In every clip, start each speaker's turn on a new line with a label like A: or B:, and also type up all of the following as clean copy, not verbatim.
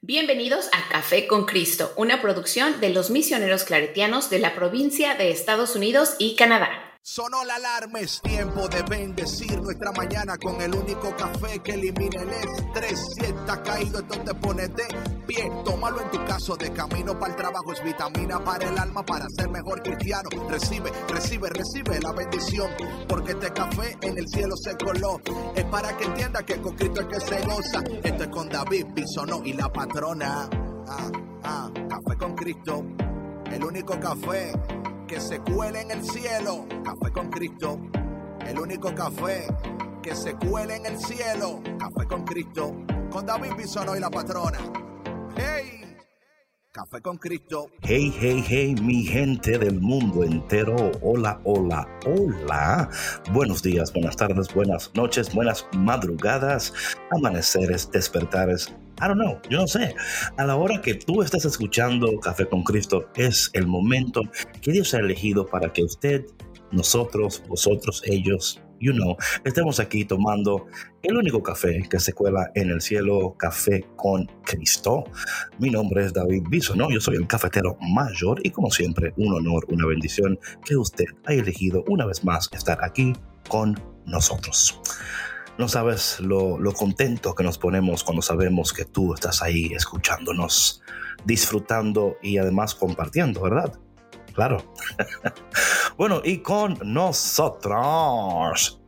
A: Bienvenidos a Café con Cristo, una producción de los misioneros claretianos de la provincia de Estados Unidos y Canadá.
B: Sonó la alarma, es tiempo de bendecir nuestra mañana con el único café que elimina el estrés. Si estás caído, entonces ponete pie. Tómalo en tu caso, de camino para el trabajo. Es vitamina para el alma, para ser mejor cristiano. Recibe la bendición, porque este café en el cielo se coló. Es para que entiendas que con Cristo es que se goza. Esto es con David Bisonó y la patrona. Café con Cristo, el único café que se cuele en el cielo. Café con Cristo, el único café que se cuele en el cielo. Café con Cristo, con David Bisonó y la patrona. ¡Hey! Café con Cristo.
C: Hey, hey, hey, mi gente del mundo entero. Hola, hola, hola. Buenos días, buenas tardes, buenas noches, buenas madrugadas, amaneceres, despertares. I don't know, yo no sé. A la hora que tú estés escuchando Café con Cristo, es el momento que Dios ha elegido para que usted, nosotros, vosotros, ellos, estemos aquí tomando el único café que se cuela en el cielo, Café con Cristo. Mi nombre es David Bisonó, yo soy el cafetero mayor y como siempre, un honor, una bendición que usted haya elegido una vez más estar aquí con nosotros. No sabes lo contento que nos ponemos cuando sabemos que tú estás ahí escuchándonos, disfrutando y además compartiendo, ¿verdad? Claro. Bueno, y con nosotros,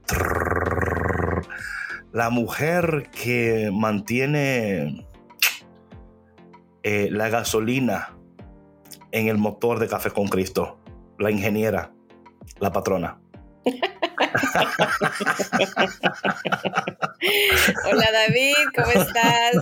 C: la mujer que mantiene la gasolina en el motor de Café con Cristo, la ingeniera, la patrona.
A: Hola David, ¿cómo estás?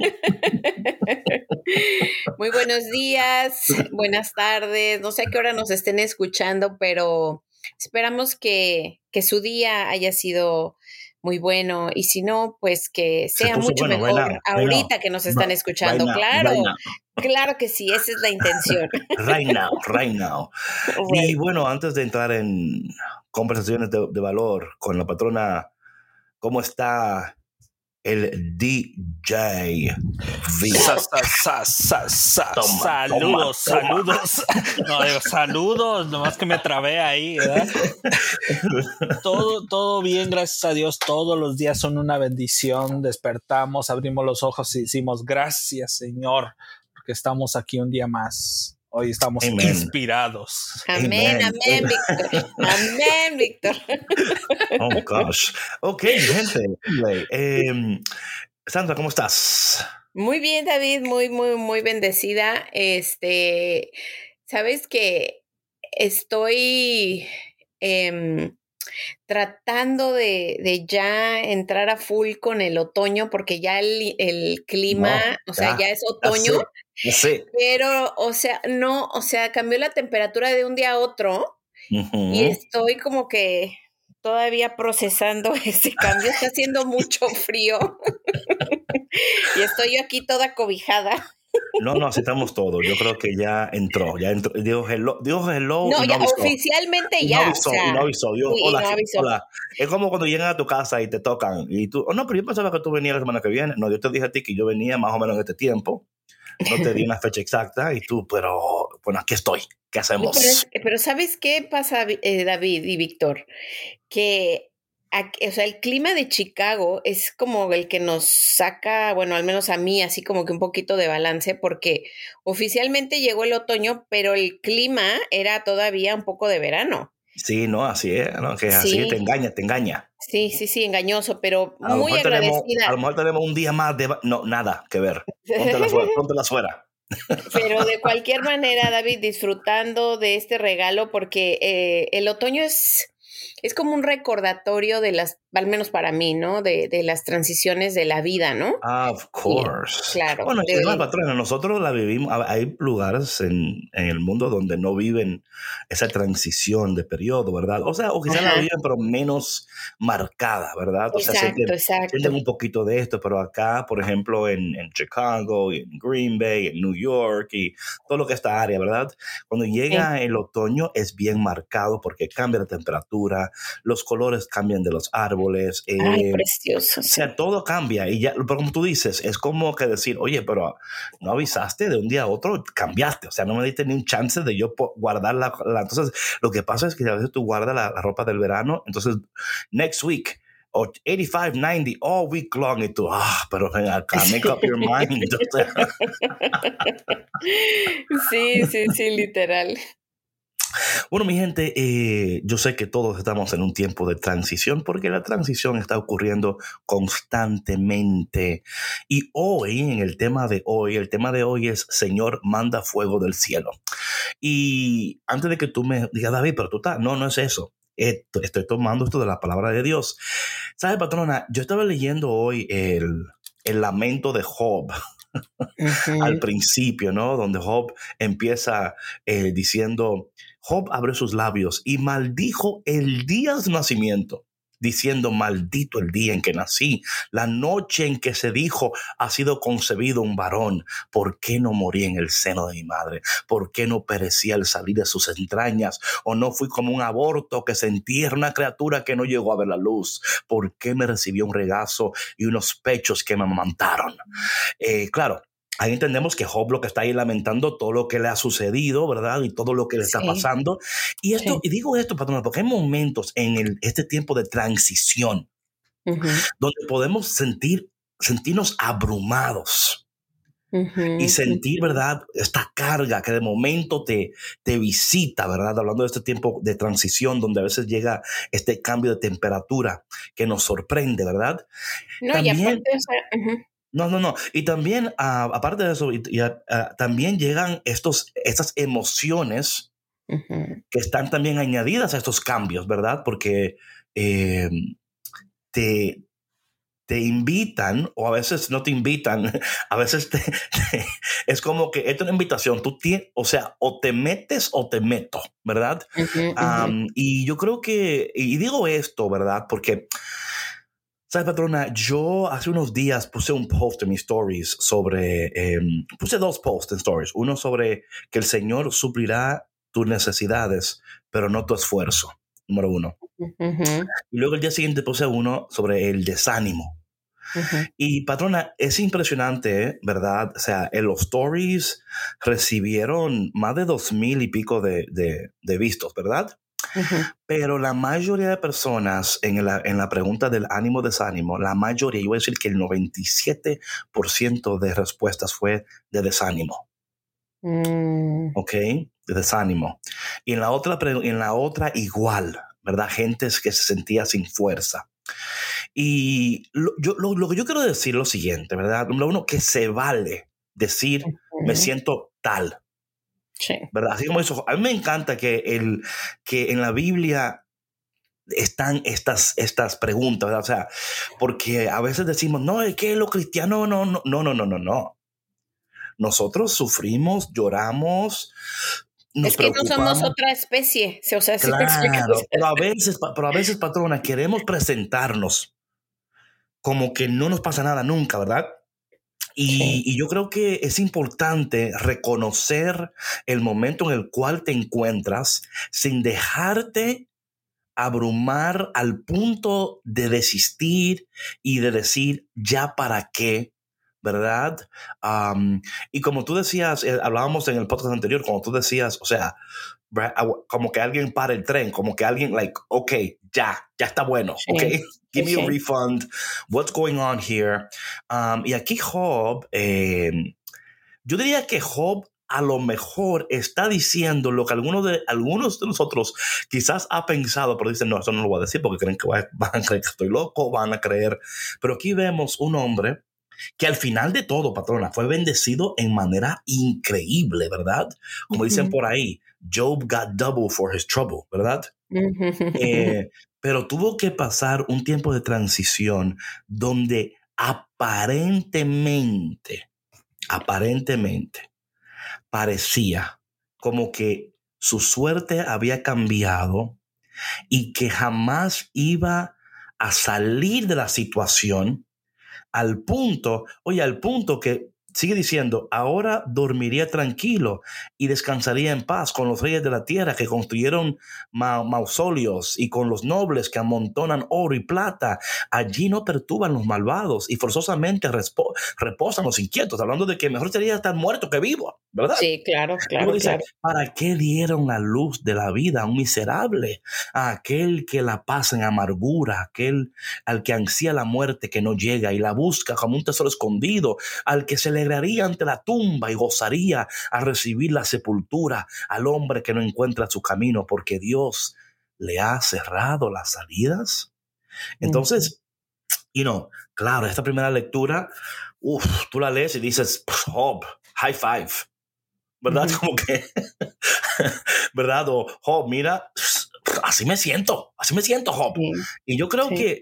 A: Muy buenos días, buenas tardes, no sé a qué hora nos estén escuchando, pero esperamos que su día haya sido muy bueno y si no, pues que sea mucho bueno, mejor ahorita que nos están escuchando. Claro que sí, esa es la intención.
C: Right now. Y bueno, antes de entrar en conversaciones de valor con la patrona, ¿cómo está el DJ?
D: Saludos. No, digo, saludos, nomás que me trabé ahí, ¿verdad? Todo bien, gracias a Dios. Todos los días son una bendición. Despertamos, abrimos los ojos y decimos gracias, Señor, porque estamos aquí un día más. Hoy estamos inspirados.
A: Amén, Víctor. Amén, Víctor.
C: Oh, gosh. Ok, gente. Sandra, ¿cómo estás?
A: Muy bien, David. Muy bendecida. Sabes que estoy tratando de ya entrar a full con el otoño porque ya el clima, ya es otoño.
C: Sí.
A: Pero, cambió la temperatura de un día a otro y estoy como que todavía procesando ese cambio. Está haciendo mucho frío y estoy yo aquí toda cobijada.
C: No, aceptamos todo. Yo creo que ya entró. Dijo hello.
A: No, ya avisó. Oficialmente ya.
C: No avisó.
A: No avisó.
C: Hola. Es como cuando llegan a tu casa y te tocan. Y tú, pero yo pensaba que tú venías la semana que viene. No, yo te dije a ti que yo venía más o menos en este tiempo. No te di una fecha exacta y tú, pero bueno, aquí estoy. ¿Qué hacemos?
A: Pero ¿sabes qué pasa, David y Víctor? Que el clima de Chicago es como el que nos saca, bueno, al menos a mí, así como que un poquito de balance, porque oficialmente llegó el otoño, pero el clima era todavía un poco de verano.
C: Sí, no, así es, ¿no? Que sí. Así te engaña.
A: Sí, engañoso, pero muy agradecida.
C: A lo mejor tenemos un día más de... No, nada que ver. Póntela fuera.
A: Pero de cualquier manera, David, disfrutando de este regalo, porque el otoño es como un recordatorio de las, al menos para mí, ¿no? De las transiciones de la vida, ¿no?
C: Of course.
A: Sí, claro.
C: Bueno, patrona, nosotros la vivimos. Hay lugares en el mundo donde no viven esa transición de periodo, ¿verdad? O quizás la viven, pero menos marcada, ¿verdad?
A: Exacto.
C: Sienten un poquito de esto, pero acá, por ejemplo, en Chicago, en Green Bay, en New York y todo lo que es esta área, ¿verdad? Cuando llega el otoño es bien marcado porque cambia la temperatura, temperatura, los colores cambian de los árboles.
A: Ay, precioso.
C: O sea, todo cambia. Y ya, pero como tú dices, es como que decir, oye, pero no avisaste de un día a otro, cambiaste. O sea, no me diste ni un chance de yo guardar la. Entonces, lo que pasa es que a veces tú guardas la ropa del verano, entonces, next week, 85, 90, all week long, y tú, pero ven acá, make up your mind.
A: Sí, literal.
C: Bueno, mi gente, yo sé que todos estamos en un tiempo de transición porque la transición está ocurriendo constantemente. Y hoy, en el tema de hoy es Señor, manda fuego del cielo. Y antes de que tú me digas, David, pero tú estás, no es eso. Estoy tomando esto de la palabra de Dios. ¿Sabes, patrona? Yo estaba leyendo hoy el lamento de Job. Uh-huh. Al principio, ¿no? Donde Job empieza diciendo, Job abrió sus labios y maldijo el día de su nacimiento, diciendo, maldito el día en que nací, la noche en que se dijo, ha sido concebido un varón. ¿Por qué no morí en el seno de mi madre? ¿Por qué no perecí al salir de sus entrañas? ¿O no fui como un aborto que se entierra, una criatura que no llegó a ver la luz? ¿Por qué me recibió un regazo y unos pechos que me amamantaron? Claro. Ahí entendemos que Job lo que está ahí lamentando todo lo que le ha sucedido, ¿verdad? Y todo lo que le está pasando. Y esto, y digo esto, patrona, porque hay momentos en este tiempo de transición donde podemos sentirnos abrumados y sentir, ¿verdad? Esta carga que de momento te visita, ¿verdad? Hablando de este tiempo de transición donde a veces llega este cambio de temperatura que nos sorprende, ¿verdad?
A: No, también, y aparte de eso,
C: No. Y también, aparte de eso, también llegan estas emociones que están también añadidas a estos cambios, ¿verdad? Porque te invitan, o a veces no te invitan, a veces es como que es una invitación, o te metes o te meto, ¿verdad? Y yo creo que, y digo esto, ¿verdad? Porque ¿sabes, patrona? Yo hace unos días puse un post en mis stories puse 2 posts en stories. Uno sobre que el Señor suplirá tus necesidades, pero no tu esfuerzo. Número 1. Y luego el día siguiente puse uno sobre el desánimo. Y, patrona, es impresionante, ¿verdad? O sea, en los stories recibieron más de 2,000 y pico de vistos, ¿verdad? Pero la mayoría de personas en la pregunta del ánimo desánimo, la mayoría, yo voy a decir que el 97% de respuestas fue de desánimo. ¿Ok? De desánimo. Y en la otra igual, ¿verdad? Gente que se sentía sin fuerza. Y lo que yo quiero decir es lo siguiente, ¿verdad? Número 1, que se vale decir me siento tal.
A: Sí.
C: ¿Verdad? Así como eso, a mí me encanta que en la Biblia están estas preguntas, ¿verdad? O sea, porque a veces decimos, no, es que los cristianos no. Nosotros sufrimos, lloramos, nos preocupamos.
A: Es que no somos otra especie. O sea,
C: claro, pero a veces, patrona, queremos presentarnos como que no nos pasa nada nunca, ¿verdad? Y yo creo que es importante reconocer el momento en el cual te encuentras sin dejarte abrumar al punto de desistir y de decir ya para qué, ¿verdad? Y como tú decías, hablábamos en el podcast anterior, como tú decías, o sea, como que alguien para el tren, como que alguien okay, ya está bueno, okay, give me a refund, what's going on here? Y aquí Job, yo diría que Job a lo mejor está diciendo lo que algunos de nosotros quizás ha pensado, pero dicen, no, eso no lo voy a decir porque creen que van a creer que estoy loco, van a creer. Pero aquí vemos un hombre que al final de todo, patrona, fue bendecido en manera increíble, ¿verdad? Como dicen por ahí, Job got double for his trouble, ¿verdad? Pero tuvo que pasar un tiempo de transición donde aparentemente parecía como que su suerte había cambiado y que jamás iba a salir de la situación al punto que sigue diciendo, ahora dormiría tranquilo y descansaría en paz con los reyes de la tierra que construyeron mausoleos y con los nobles que amontonan oro y plata. Allí no perturban los malvados y forzosamente reposan los inquietos, hablando de que mejor sería estar muerto que vivo, ¿verdad?
A: Sí, claro.
C: Dice, ¿para qué dieron la luz de la vida a un miserable? A aquel que la pasa en amargura, aquel al que ansía la muerte que no llega y la busca como un tesoro escondido, al que se alegraría ante la tumba y gozaría a recibir la sepultura, al hombre que no encuentra su camino porque Dios le ha cerrado las salidas. Entonces, claro, esta primera lectura, tú la lees y dices, Job, high five, ¿verdad? Como que, ¿verdad? O Job, mira, así me siento, Job. Y yo creo que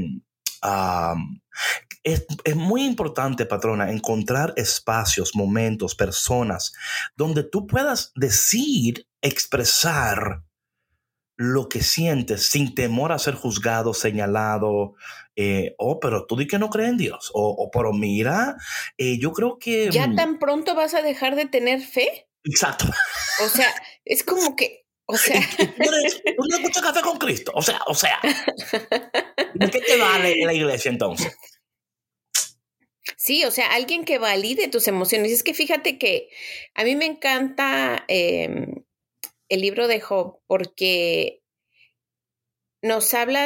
C: es muy importante, patrona, encontrar espacios, momentos, personas donde tú puedas decir, expresar lo que sientes sin temor a ser juzgado, señalado. Pero tú di que no crees en Dios. Pero mira, yo creo que...
A: ¿Ya tan pronto vas a dejar de tener fe?
C: Exacto.
A: O sea, es como que... O sea,
C: ¿Tú no escuchas Café con Cristo? O sea, ¿de qué te vale la iglesia entonces?
A: Sí, o sea, alguien que valide tus emociones. Es que fíjate que a mí me encanta el libro de Job porque nos habla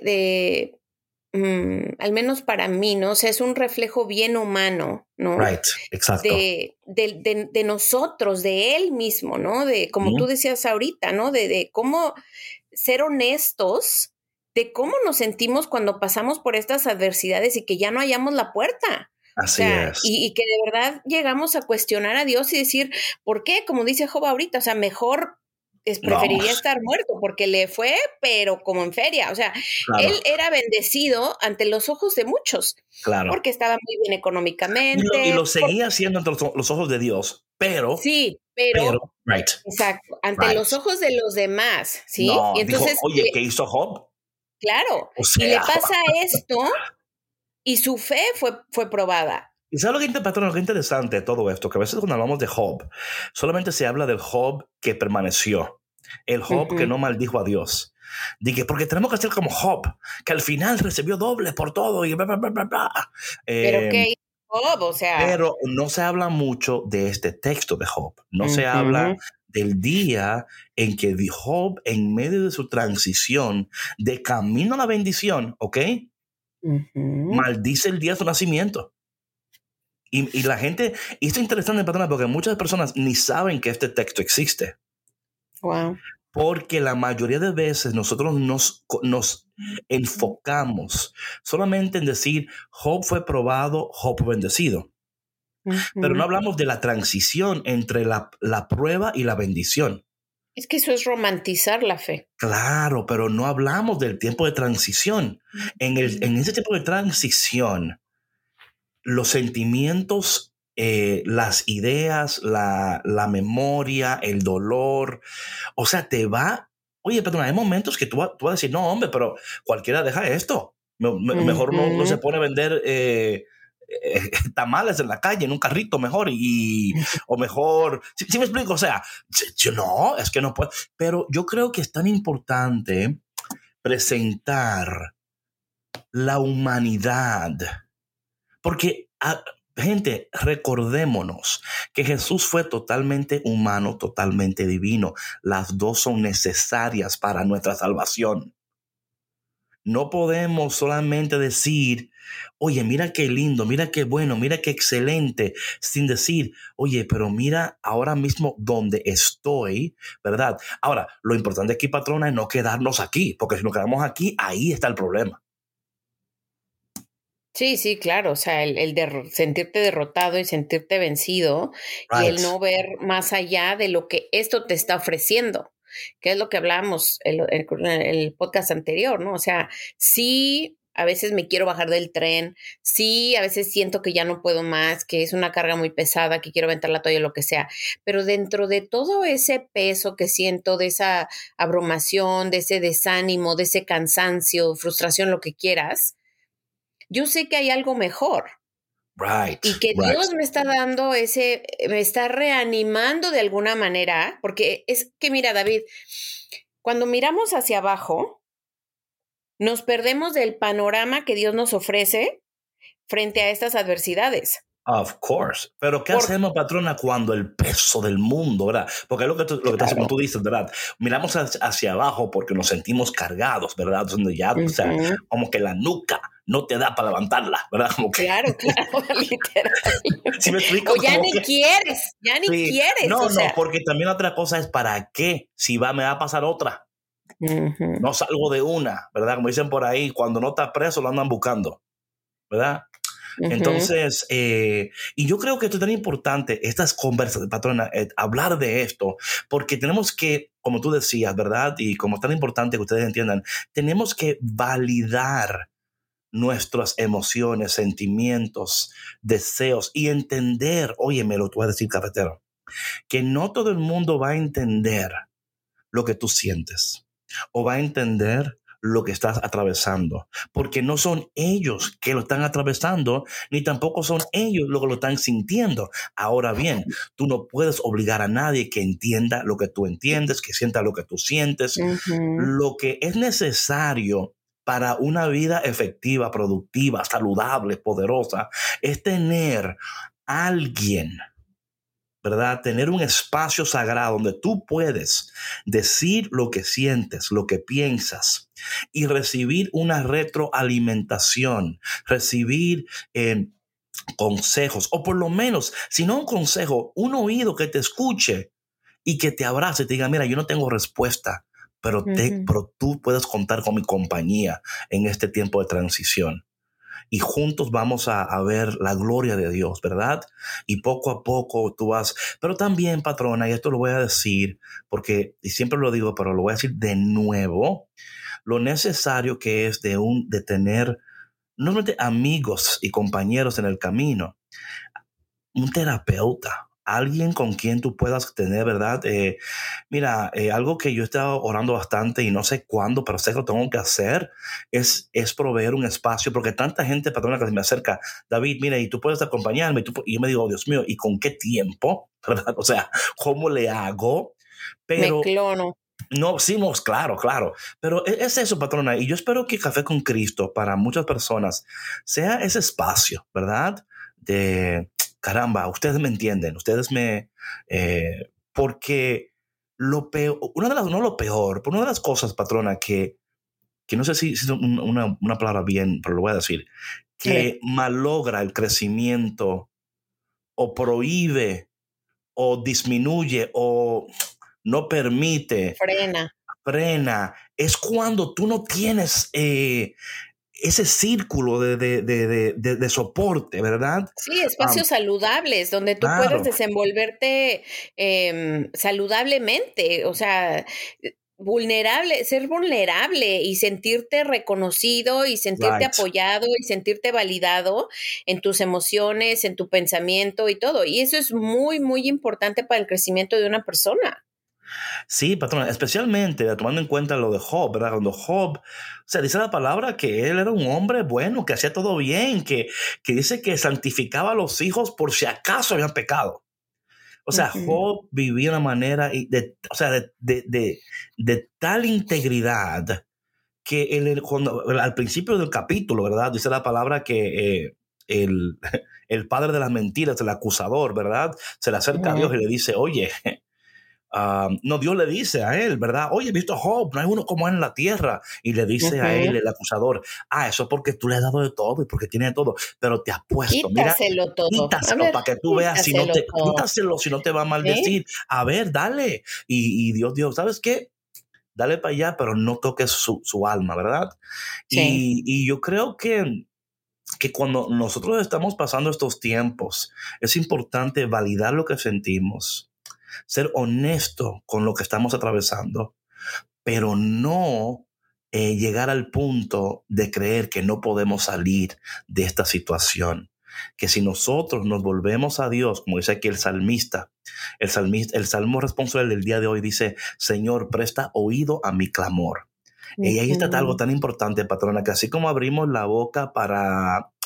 A: al menos para mí, ¿no? O sea, es un reflejo bien humano, ¿no?
C: Right, exacto.
A: De nosotros, de él mismo, ¿no? De, como tú decías ahorita, ¿no? De cómo ser honestos, de cómo nos sentimos cuando pasamos por estas adversidades y que ya no hallamos la puerta.
C: Así es.
A: Y que de verdad llegamos a cuestionar a Dios y decir, ¿por qué? Como dice Job ahorita, o sea, mejor preferiría estar muerto porque le fue, pero como en feria. O sea, claro, él era bendecido ante los ojos de muchos. Claro. Porque estaba muy bien económicamente.
C: Y lo seguía haciendo ante los ojos de Dios, pero...
A: Sí, pero
C: right.
A: Exacto, ante los ojos de los demás, ¿sí?
C: No,
A: y entonces,
C: dijo, oye, ¿qué hizo Job?
A: Claro, o sea, y le pasa esto y su fe fue probada.
C: ¿Y sabes lo que es interesante de todo esto? Que a veces cuando hablamos de Job, solamente se habla del Job que permaneció. El Job que no maldijo a Dios. Dije, porque tenemos que ser como Job, que al final recibió doble por todo y bla, bla, bla, bla, bla.
A: Pero ¿qué hizo Job? O sea...
C: Pero no se habla mucho de este texto de Job. No se habla del día en que Job, en medio de su transición de camino a la bendición, ¿ok? Maldice el día de su nacimiento. Y la gente, y esto es interesante, patrona, porque muchas personas ni saben que este texto existe.
A: Wow.
C: Porque la mayoría de veces nosotros nos enfocamos solamente en decir, Job fue probado, Job fue bendecido. Pero no hablamos de la transición entre la prueba y la bendición.
A: Es que eso es romantizar la fe.
C: Claro, pero no hablamos del tiempo de transición. En ese tiempo de transición, los sentimientos, las ideas, la memoria, el dolor, o sea, te va... Oye, perdón, hay momentos que tú vas a decir, no, hombre, pero cualquiera deja esto. Mejor no se pone a vender tamales en la calle, en un carrito mejor, o mejor... ¿Sí me explico? O sea, yo no, es que no puedo. Pero yo creo que es tan importante presentar la humanidad. Porque, gente, recordémonos que Jesús fue totalmente humano, totalmente divino. Las dos son necesarias para nuestra salvación. No podemos solamente decir, oye, mira qué lindo, mira qué bueno, mira qué excelente, sin decir, oye, pero mira ahora mismo donde estoy, ¿verdad? Ahora, lo importante aquí, patrona, es no quedarnos aquí, porque si nos quedamos aquí, ahí está el problema.
A: Sí, claro, o sea, el sentirte derrotado y sentirte vencido y el no ver más allá de lo que esto te está ofreciendo, que es lo que hablábamos en el podcast anterior, ¿no? O sea, sí, a veces me quiero bajar del tren, sí, a veces siento que ya no puedo más, que es una carga muy pesada, que quiero aventar la toalla, lo que sea, pero dentro de todo ese peso que siento, de esa abrumación, de ese desánimo, de ese cansancio, frustración, lo que quieras, yo sé que hay algo mejor. Y que Dios me está dando me está reanimando de alguna manera, porque es que mira, David, cuando miramos hacia abajo, nos perdemos del panorama que Dios nos ofrece frente a estas adversidades.
C: Of course. Pero ¿qué hacemos, patrona, cuando el peso del mundo, ¿verdad? Porque es lo que como tú dices, ¿verdad? Miramos hacia abajo porque nos sentimos cargados, ¿verdad? Donde ya, o sea, como que la nuca no te da para levantarla, ¿verdad? Como que...
A: Claro, literal.
C: ¿Sí me explico?
A: O ya ni quieres.
C: No,
A: o sea.
C: no, porque también otra cosa es ¿para qué? Si me va a pasar otra. No salgo de una, ¿verdad? Como dicen por ahí, cuando no estás preso lo andan buscando, ¿verdad? Entonces, y yo creo que esto es tan importante, estas conversaciones, patrona, hablar de esto, porque tenemos que, como tú decías, ¿verdad? Y como es tan importante que ustedes entiendan, tenemos que validar nuestras emociones, sentimientos, deseos y entender, óyeme, lo que voy a decir, cafetero, que no todo el mundo va a entender lo que tú sientes o va a entender lo que estás atravesando, porque no son ellos que lo están atravesando, ni tampoco son ellos los que lo están sintiendo. Ahora bien, tú no puedes obligar a nadie que entienda lo que tú entiendes, que sienta lo que tú sientes. Lo que es necesario para una vida efectiva, productiva, saludable, poderosa, es tener a alguien, ¿verdad? Tener un espacio sagrado donde tú puedes decir lo que sientes, lo que piensas y recibir una retroalimentación, recibir consejos, o por lo menos, si no un consejo, un oído que te escuche y que te abrace y te diga, mira, yo no tengo respuesta, pero tú puedes contar con mi compañía en este tiempo de transición. Y juntos vamos a ver la gloria de Dios, ¿verdad? Y poco a poco tú vas. Pero también, patrona, y esto lo voy a decir, porque, y siempre lo digo, pero lo voy a decir de nuevo, lo necesario que es de tener no solamente amigos y compañeros en el camino, un terapeuta, alguien con quien tú puedas tener, ¿verdad? Mira, algo que yo he estado orando bastante y no sé cuándo, pero sé que lo tengo que hacer, es proveer un espacio, porque tanta gente, patrona, que se me acerca, David, mira, y tú puedes acompañarme, y yo me digo, oh, Dios mío, ¿y con qué tiempo? ¿Verdad? O sea, ¿cómo le hago? Pero...
A: Me clono.
C: No, sí, no, claro. Pero es eso, patrona. Y yo espero que Café con Cristo para muchas personas sea ese espacio, ¿verdad? De, caramba, ustedes me entienden, porque lo peor, no lo peor, pero una de las cosas, patrona, que no sé si es una palabra bien, pero lo voy a decir, que malogra el crecimiento o prohíbe o disminuye o no permite, frena, es cuando tú no tienes ese círculo de soporte, ¿verdad?
A: Sí, espacios saludables donde tú puedas desenvolverte saludablemente, o sea, ser vulnerable y sentirte reconocido y sentirte apoyado y sentirte validado en tus emociones, en tu pensamiento y todo. Y eso es muy, muy importante para el crecimiento de una persona.
C: Sí, patrona, especialmente tomando en cuenta lo de Job, ¿verdad? Cuando Job, o sea, dice la palabra que él era un hombre bueno, que hacía todo bien, que dice que santificaba a los hijos por si acaso habían pecado. O sea, Job vivía de una manera de tal integridad que al principio del capítulo, ¿verdad? Dice la palabra que el padre de las mentiras, el acusador, ¿verdad? Se le acerca a Dios y le dice, oye, no, Dios le dice a él, ¿verdad? Oye, he visto a Job, no hay uno como él en la tierra. Y le dice a él, el acusador, eso es porque tú le has dado de todo y porque tiene de todo, pero te apuesto,
A: quítaselo todo.
C: Quítaselo para que tú veas, quítaselo si no te va a maldecir. A ver, dale. Y Dios, ¿sabes qué? Dale para allá, pero no toques su alma, ¿verdad? Sí. Y yo creo que cuando nosotros estamos pasando estos tiempos, es importante validar lo que sentimos, ser honesto con lo que estamos atravesando, pero no llegar al punto de creer que no podemos salir de esta situación. Que si nosotros nos volvemos a Dios, como dice aquí el salmo responsable del día de hoy dice, Señor, presta oído a mi clamor. Y ahí está algo tan importante, patrona, que así como abrimos la boca para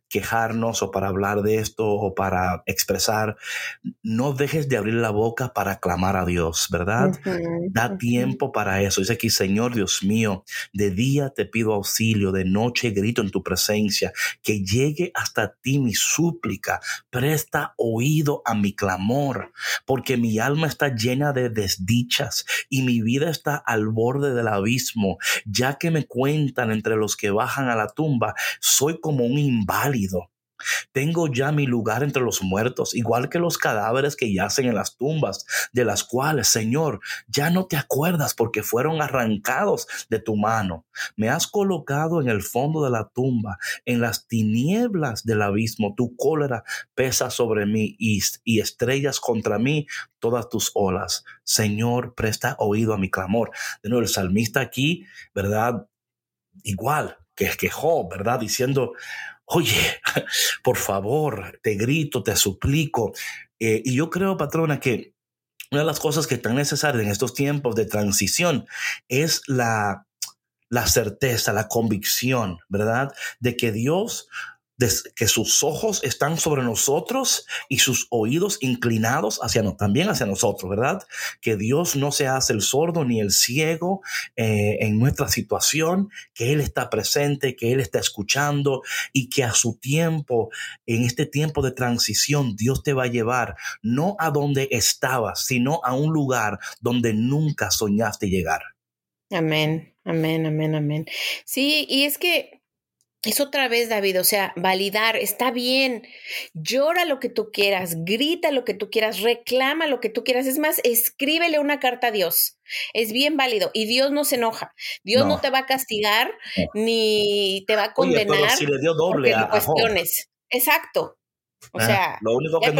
C: quejarnos o para hablar de esto o para expresar. No dejes de abrir la boca para clamar a Dios, ¿verdad? Da tiempo para eso. Dice aquí, Señor Dios mío, de día te pido auxilio, de noche grito en tu presencia, que llegue hasta ti mi súplica. Presta oído a mi clamor, porque mi alma está llena de desdichas y mi vida está al borde del abismo. Ya que me cuentan entre los que bajan a la tumba, soy como un inválido. Tengo ya mi lugar entre los muertos, igual que los cadáveres que yacen en las tumbas, de las cuales, Señor, ya no te acuerdas porque fueron arrancados de tu mano. Me has colocado en el fondo de la tumba, en las tinieblas del abismo. Tu cólera pesa sobre mí y estrellas contra mí todas tus olas. Señor, presta oído a mi clamor. De nuevo, el salmista aquí, ¿verdad? Igual que Job, ¿verdad? Diciendo, oye, por favor, te grito, te suplico. Y yo creo, patrona, que una de las cosas que es tan necesarias en estos tiempos de transición es la certeza, la convicción, ¿verdad? De que Dios, que sus ojos están sobre nosotros y sus oídos inclinados también hacia nosotros, ¿verdad? Que Dios no se hace el sordo ni el ciego en nuestra situación, que Él está presente, que Él está escuchando y que a su tiempo, en este tiempo de transición, Dios te va a llevar no a donde estabas, sino a un lugar donde nunca soñaste llegar.
A: Amén, amén, amén, amén. Sí, y es que es otra vez, David, o sea, validar, está bien, llora lo que tú quieras, grita lo que tú quieras, reclama lo que tú quieras, es más, escríbele una carta a Dios, es bien válido y Dios no se enoja, Dios no te va a castigar ni te va a condenar.
C: Oye, pero si le dio doble a
A: cuestiones. Exacto. O sea,
C: lo único que no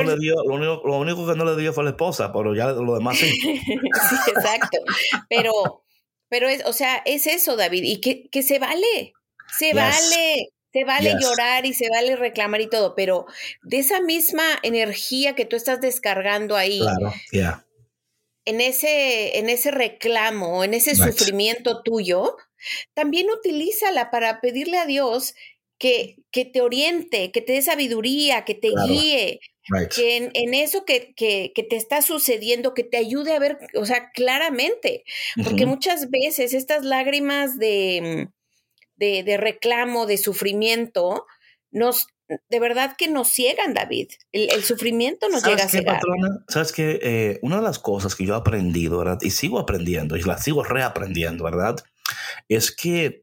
C: le dio fue la esposa, pero ya lo demás sí.
A: Sí, exacto. Pero es, o sea, es eso, David, y que se vale. Se vale llorar y se vale reclamar y todo, pero de esa misma energía que tú estás descargando ahí,
C: claro,
A: en ese reclamo, en ese sufrimiento tuyo, también utilízala para pedirle a Dios que te oriente, que te dé sabiduría, que te guíe, que en eso que te está sucediendo, que te ayude a ver, o sea, claramente, porque muchas veces estas lágrimas de reclamo, de sufrimiento, de verdad que nos ciegan, David. El sufrimiento nos llega a cegar.
C: Patrona? ¿Sabes qué? Una de las cosas que yo he aprendido, ¿verdad? Y sigo aprendiendo, y la sigo reaprendiendo, ¿verdad? Es que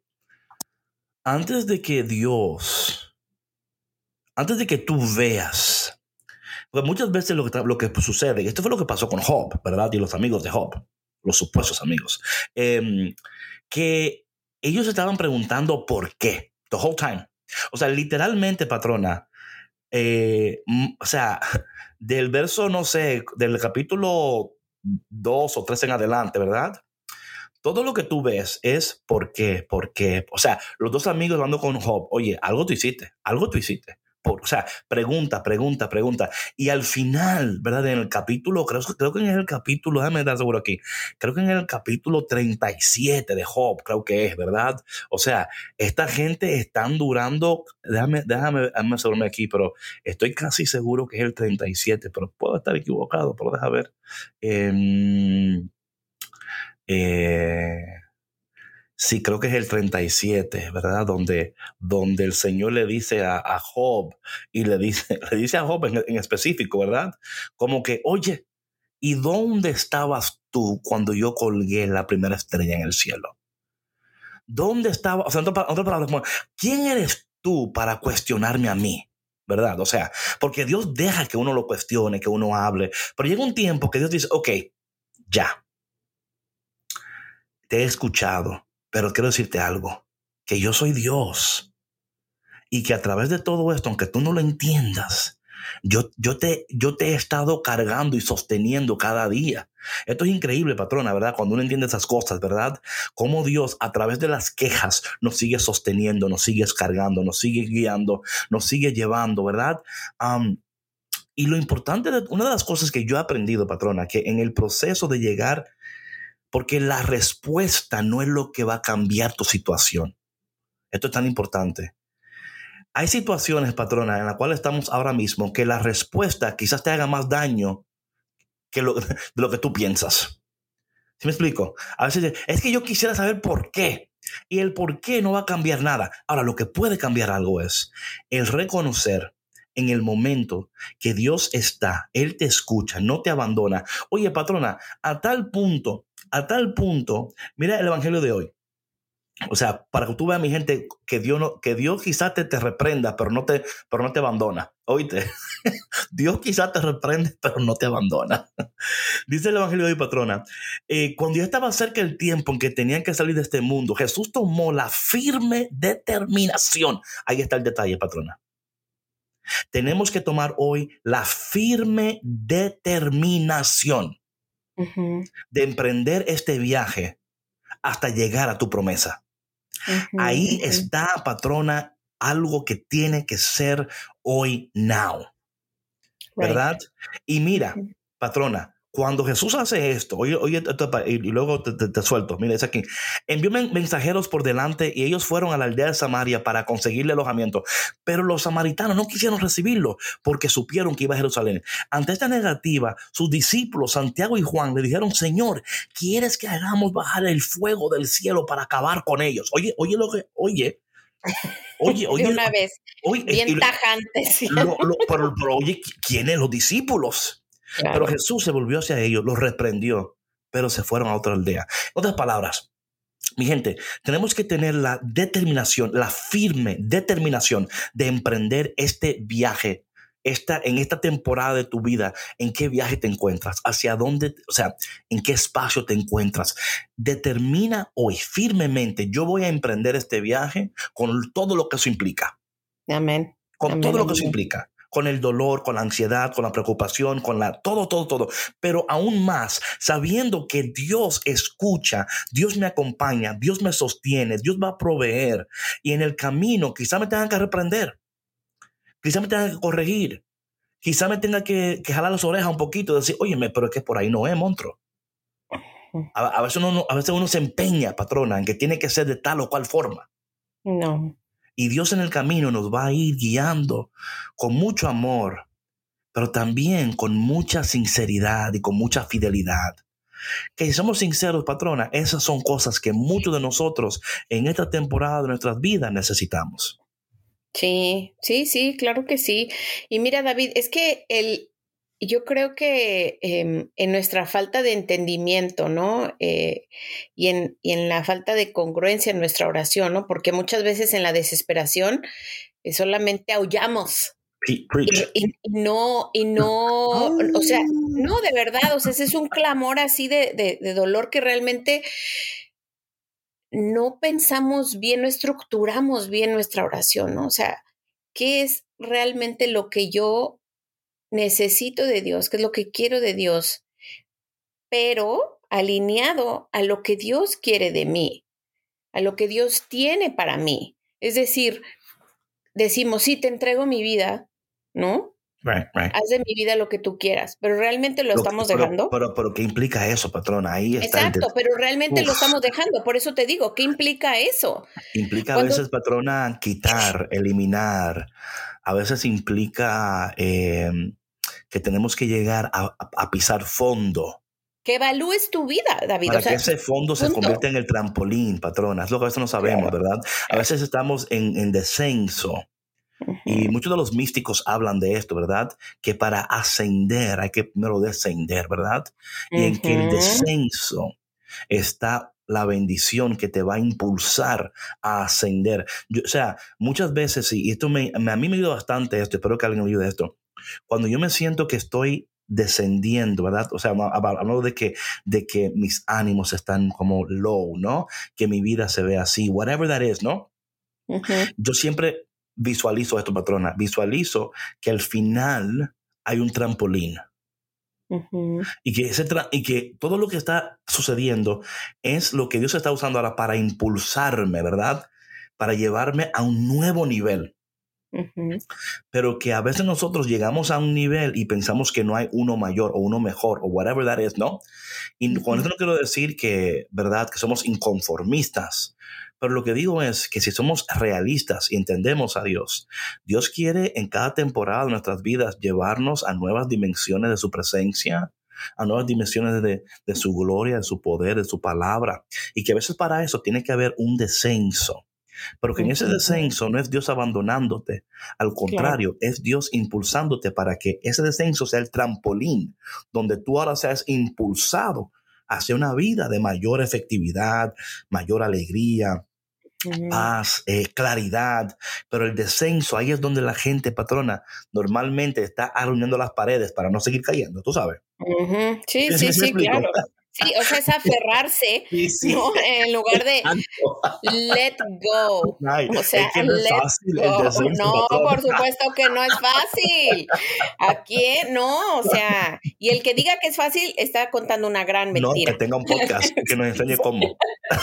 C: antes de que tú veas, porque muchas veces lo que sucede, y esto fue lo que pasó con Job, ¿verdad? Y los amigos de Job, los supuestos amigos, que ellos estaban preguntando por qué, the whole time. O sea, literalmente, patrona, o sea, del verso, no sé, del capítulo 2 o 3 en adelante, ¿verdad? Todo lo que tú ves es por qué. O sea, los dos amigos hablando con Job, oye, algo tú hiciste. O sea, pregunta. Y al final, ¿verdad? En el capítulo, creo que en el capítulo, déjame estar seguro aquí, creo que en el capítulo 37 de Job, creo que es, ¿verdad? O sea, esta gente están durando, déjame asegurarme aquí, pero estoy casi seguro que es el 37, pero puedo estar equivocado, pero déjame ver. Sí, creo que es el 37, ¿verdad? Donde el Señor le dice a Job, y le dice a Job en específico, ¿verdad? Como que, oye, ¿y dónde estabas tú cuando yo colgué la primera estrella en el cielo? ¿Dónde estaba? O sea, en otras palabras, ¿quién eres tú para cuestionarme a mí? ¿Verdad? O sea, porque Dios deja que uno lo cuestione, que uno hable, pero llega un tiempo que Dios dice, ok, ya, te he escuchado. Pero quiero decirte algo, que yo soy Dios y que a través de todo esto, aunque tú no lo entiendas, yo te he estado cargando y sosteniendo cada día. Esto es increíble, patrona, ¿verdad? Cuando uno entiende esas cosas, ¿verdad? Cómo Dios a través de las quejas nos sigue sosteniendo, nos sigue cargando, nos sigue guiando, nos sigue llevando, ¿verdad? Y lo importante, una de las cosas que yo he aprendido, patrona, que en el proceso de llegar, porque la respuesta no es lo que va a cambiar tu situación. Esto es tan importante. Hay situaciones, patrona, en las cuales estamos ahora mismo que la respuesta quizás te haga más daño de lo que tú piensas. ¿Sí me explico? A veces es que yo quisiera saber por qué. Y el por qué no va a cambiar nada. Ahora, lo que puede cambiar algo es el reconocer en el momento que Dios está, Él te escucha, no te abandona. Oye, patrona, a tal punto, mira el evangelio de hoy. O sea, para que tú veas, mi gente, que Dios quizás te reprenda, pero no te abandona. Oíste, Dios quizás te reprende, pero no te abandona. Dice el evangelio de hoy, patrona, cuando ya estaba cerca el tiempo en que tenían que salir de este mundo, Jesús tomó la firme determinación. Ahí está el detalle, patrona. Tenemos que tomar hoy la firme determinación de emprender este viaje hasta llegar a tu promesa. Ahí está, patrona, algo que tiene que ser hoy, now. ¿Verdad? Y mira, patrona, cuando Jesús hace esto, oye, y luego te suelto, mira, es aquí. Envió mensajeros por delante y ellos fueron a la aldea de Samaria para conseguirle alojamiento. Pero los samaritanos no quisieron recibirlo porque supieron que iba a Jerusalén. Ante esta negativa, sus discípulos, Santiago y Juan, le dijeron: Señor, ¿quieres que hagamos bajar el fuego del cielo para acabar con ellos? Oye,
A: de una vez, bien tajantes.
C: Pero oye, ¿quiénes? Los discípulos. Claro. Pero Jesús se volvió hacia ellos, los reprendió, pero se fueron a otra aldea. En otras palabras, mi gente, tenemos que tener la determinación, la firme determinación de emprender este viaje. En esta temporada de tu vida, ¿en qué viaje te encuentras? ¿Hacia dónde? O sea, ¿en qué espacio te encuentras? Determina hoy firmemente: yo voy a emprender este viaje con todo lo que eso implica.
A: Amén.
C: Con todo lo que eso implica. Con el dolor, con la ansiedad, con la preocupación, con todo. Pero aún más, sabiendo que Dios escucha, Dios me acompaña, Dios me sostiene, Dios va a proveer. Y en el camino quizá me tengan que reprender. Quizá me tenga que corregir. Quizá me tenga que jalar las orejas un poquito y decir: óyeme, pero es que por ahí no es, monstruo. A veces uno se empeña, patrona, en que tiene que ser de tal o cual forma.
A: No. Y
C: Dios en el camino nos va a ir guiando con mucho amor, pero también con mucha sinceridad y con mucha fidelidad. Que si somos sinceros, patrona, esas son cosas que muchos de nosotros en esta temporada de nuestras vidas necesitamos.
A: Sí, claro que sí. Y mira, David, es que yo creo que en nuestra falta de entendimiento, ¿no? Y en la falta de congruencia en nuestra oración, ¿no? Porque muchas veces en la desesperación solamente aullamos. Y no, o sea, no, de verdad, o sea, ese es un clamor así de dolor que realmente no pensamos bien, no estructuramos bien nuestra oración, ¿no? O sea, ¿qué es realmente lo que yo necesito de Dios? ¿Qué es lo que quiero de Dios? Pero alineado a lo que Dios quiere de mí, a lo que Dios tiene para mí. Es decir, decimos: sí, te entrego mi vida, ¿no?
C: Right.
A: Haz de mi vida lo que tú quieras, pero realmente lo estamos dejando.
C: Pero ¿qué implica eso, patrona? Ahí está.
A: Exacto, pero realmente lo estamos dejando. Por eso te digo, ¿qué implica eso?
C: Implica a veces, patrona, quitar, eliminar. A veces implica que tenemos que llegar a pisar fondo.
A: Que evalúes tu vida, David.
C: Para que ese fondo se convierta en el trampolín, patrona. Es lo que a veces no sabemos, claro, ¿verdad? A veces estamos en descenso. Y muchos de los místicos hablan de esto, ¿verdad? Que para ascender hay que primero descender, ¿verdad? Y en que el descenso está la bendición que te va a impulsar a ascender. O sea, muchas veces, y esto a mí me ayuda bastante esto, espero que alguien me ayude esto. Cuando yo me siento que estoy descendiendo, ¿verdad? O sea, hablando de que mis ánimos están como low, ¿no? Que mi vida se ve así, whatever that is, ¿no? Yo siempre visualizo esto, patrona. Visualizo que al final hay un trampolín. Y que todo lo que está sucediendo es lo que Dios está usando ahora para impulsarme, ¿verdad? Para llevarme a un nuevo nivel. Pero que a veces nosotros llegamos a un nivel y pensamos que no hay uno mayor o uno mejor o whatever that is, ¿no? Y con esto no quiero decir que, ¿verdad?, que somos inconformistas. Pero lo que digo es que si somos realistas y entendemos a Dios, Dios quiere en cada temporada de nuestras vidas llevarnos a nuevas dimensiones de su presencia, a nuevas dimensiones de su gloria, de su poder, de su palabra. Y que a veces para eso tiene que haber un descenso. Pero que en ese descenso no es Dios abandonándote. Al contrario, es Dios impulsándote para que ese descenso sea el trampolín donde tú ahora seas impulsado hacia una vida de mayor efectividad, mayor alegría, paz, claridad. Pero el descenso, ahí es donde la gente, patrona, normalmente está arruinando las paredes para no seguir cayendo, tú sabes.
A: Sí, claro. Sí, o sea, es aferrarse, sí. ¿No? En lugar de let go.
C: Ay,
A: o sea,
C: es que no es fácil el descenso,
A: no,
C: patrona.
A: por supuesto que no es fácil. ¿A quién? No, o sea, y el que diga que es fácil está contando una gran mentira.
C: No, que tenga un podcast que nos enseñe cómo.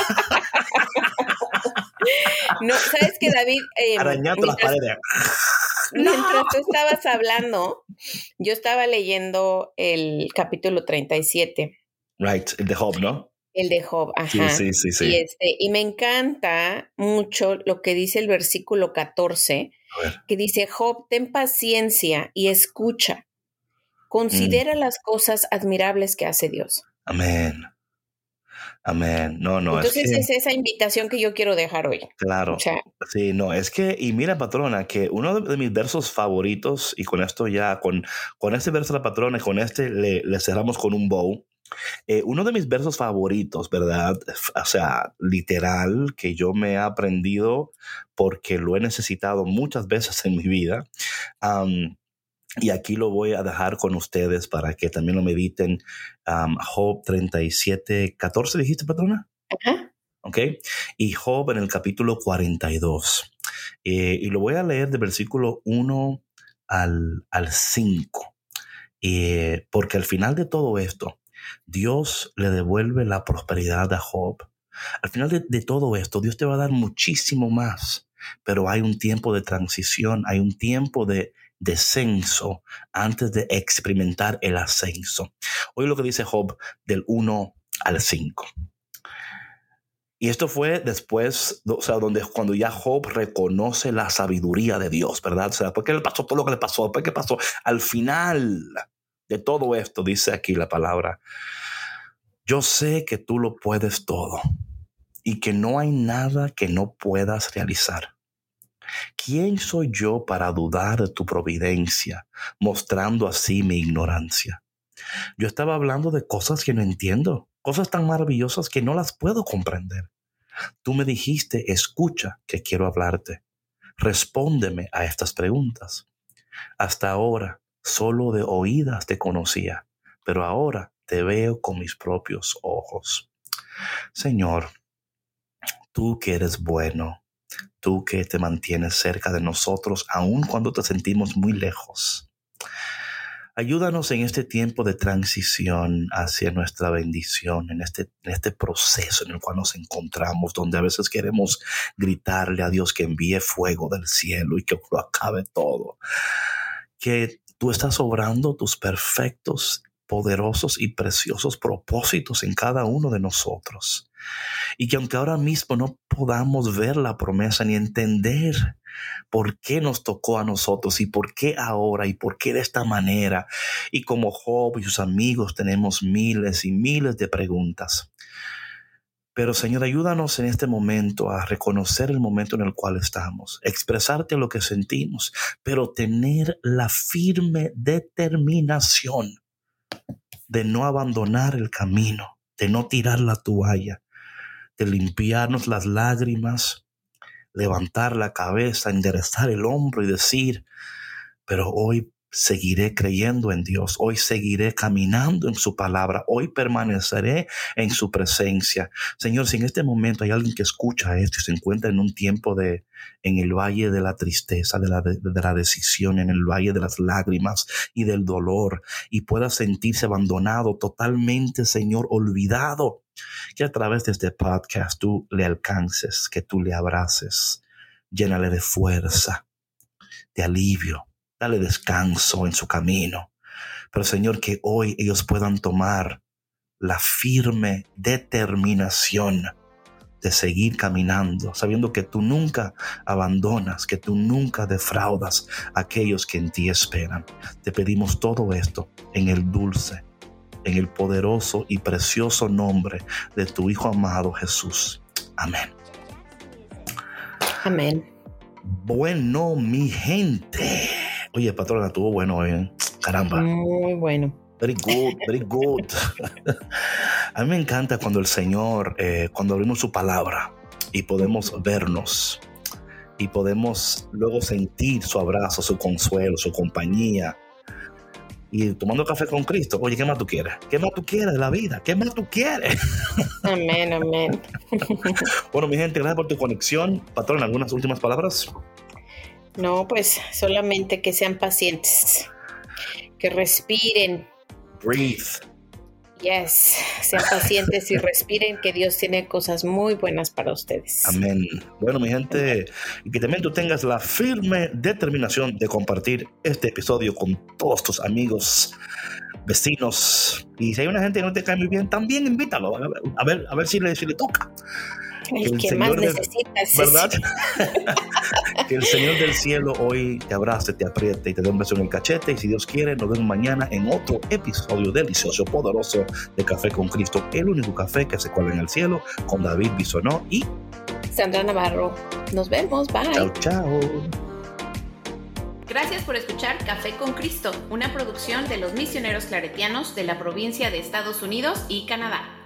A: No, ¿sabes qué, David?
C: Arañando las paredes.
A: Mientras tú estabas hablando, yo estaba leyendo el capítulo 37.
C: Right, el de Job, ¿no?
A: El de Job, ajá.
C: Sí.
A: Y me encanta mucho lo que dice el versículo 14, que dice, Job, ten paciencia y escucha. Considera las cosas admirables que hace Dios.
C: Amén. No,
A: entonces es esa invitación que yo quiero dejar hoy.
C: Claro.
A: O sea,
C: sí, no, es que, y mira, patrona, que uno de mis versos favoritos, y con esto ya, con este verso de la patrona, y con este le cerramos con un bow. Uno de mis versos favoritos, ¿verdad? O sea, literal, que yo me he aprendido porque lo he necesitado muchas veces en mi vida. Y aquí lo voy a dejar con ustedes para que también lo mediten. Job 37, 14, ¿dijiste, patrona?
A: Ajá.
C: Ok. Y Job en el capítulo 42. Y lo voy a leer del versículo 1 al 5. Porque al final de todo esto, Dios le devuelve la prosperidad a Job. Al final de todo esto, Dios te va a dar muchísimo más. Pero hay un tiempo de transición, hay un tiempo de descenso antes de experimentar el ascenso. Oye lo que dice Job del 1 al 5. Y esto fue después, o sea, cuando ya Job reconoce la sabiduría de Dios, ¿verdad? O sea, después que le pasó todo lo que le pasó, después que pasó, al final de todo esto, dice aquí la palabra, yo sé que tú lo puedes todo y que no hay nada que no puedas realizar. ¿Quién soy yo para dudar de tu providencia, mostrando así mi ignorancia? Yo estaba hablando de cosas que no entiendo, cosas tan maravillosas que no las puedo comprender. Tú me dijiste, escucha que quiero hablarte. Respóndeme a estas preguntas. Hasta ahora, solo de oídas te conocía, pero ahora te veo con mis propios ojos. Señor, tú que eres bueno, tú que te mantienes cerca de nosotros, aun cuando te sentimos muy lejos. Ayúdanos en este tiempo de transición hacia nuestra bendición, en este proceso en el cual nos encontramos, donde a veces queremos gritarle a Dios que envíe fuego del cielo y que lo acabe todo. Que tú estás obrando tus perfectos, poderosos y preciosos propósitos en cada uno de nosotros. Y que aunque ahora mismo no podamos ver la promesa ni entender por qué nos tocó a nosotros y por qué ahora y por qué de esta manera, y como Job y sus amigos tenemos miles y miles de preguntas. Pero Señor, ayúdanos en este momento a reconocer el momento en el cual estamos, expresarte lo que sentimos, pero tener la firme determinación de no abandonar el camino, de no tirar la toalla, de limpiarnos las lágrimas, levantar la cabeza, enderezar el hombro y decir, pero hoy seguiré creyendo en Dios, hoy seguiré caminando en su palabra, hoy permaneceré en su presencia. Señor, si en este momento hay alguien que escucha esto y se encuentra en un tiempo en el valle de la tristeza, de la decisión, en el valle de las lágrimas y del dolor, y pueda sentirse abandonado totalmente, Señor, olvidado, que a través de este podcast tú le alcances, que tú le abraces, llénale de fuerza, de alivio, dale descanso en su camino. Pero Señor, que hoy ellos puedan tomar la firme determinación de seguir caminando, sabiendo que tú nunca abandonas, que tú nunca defraudas a aquellos que en ti esperan. Te pedimos todo esto en el dulce, en el poderoso y precioso nombre de tu Hijo amado Jesús. Amén.
A: Amén.
C: Bueno, mi gente. Oye, patrona, estuvo bueno hoy, ¿eh? Caramba.
A: Muy bueno.
C: Very good, very good. A mí me encanta cuando el Señor, cuando abrimos su palabra y podemos vernos y podemos luego sentir su abrazo, su consuelo, su compañía. Y tomando café con Cristo, oye, ¿qué más tú quieres? ¿Qué más tú quieres de la vida? ¿Qué más tú quieres?
A: Amén, amén.
C: Bueno, mi gente, gracias por tu conexión. Patrón, ¿algunas últimas palabras?
A: No, pues solamente que sean pacientes, que respiren.
C: Breathe.
A: Yes, sean pacientes y respiren, que Dios tiene cosas muy buenas para ustedes.
C: Amén. Bueno, mi gente, y que también tú tengas la firme determinación de compartir este episodio con todos tus amigos, vecinos. Y si hay una gente que no te cae muy bien, también invítalo. A ver si le toca.
A: El que más necesitas.
C: ¿Verdad? Que el Señor del cielo hoy te abrace, te apriete y te dé un beso en el cachete. Y si Dios quiere, nos vemos mañana en otro episodio delicioso, poderoso de Café con Cristo, el único café que se cuela en el cielo, con David Bisonó y
A: Sandra Navarro. Nos vemos. Bye.
C: Chao, chao.
A: Gracias por escuchar Café con Cristo, una producción de los misioneros claretianos de la provincia de Estados Unidos y Canadá.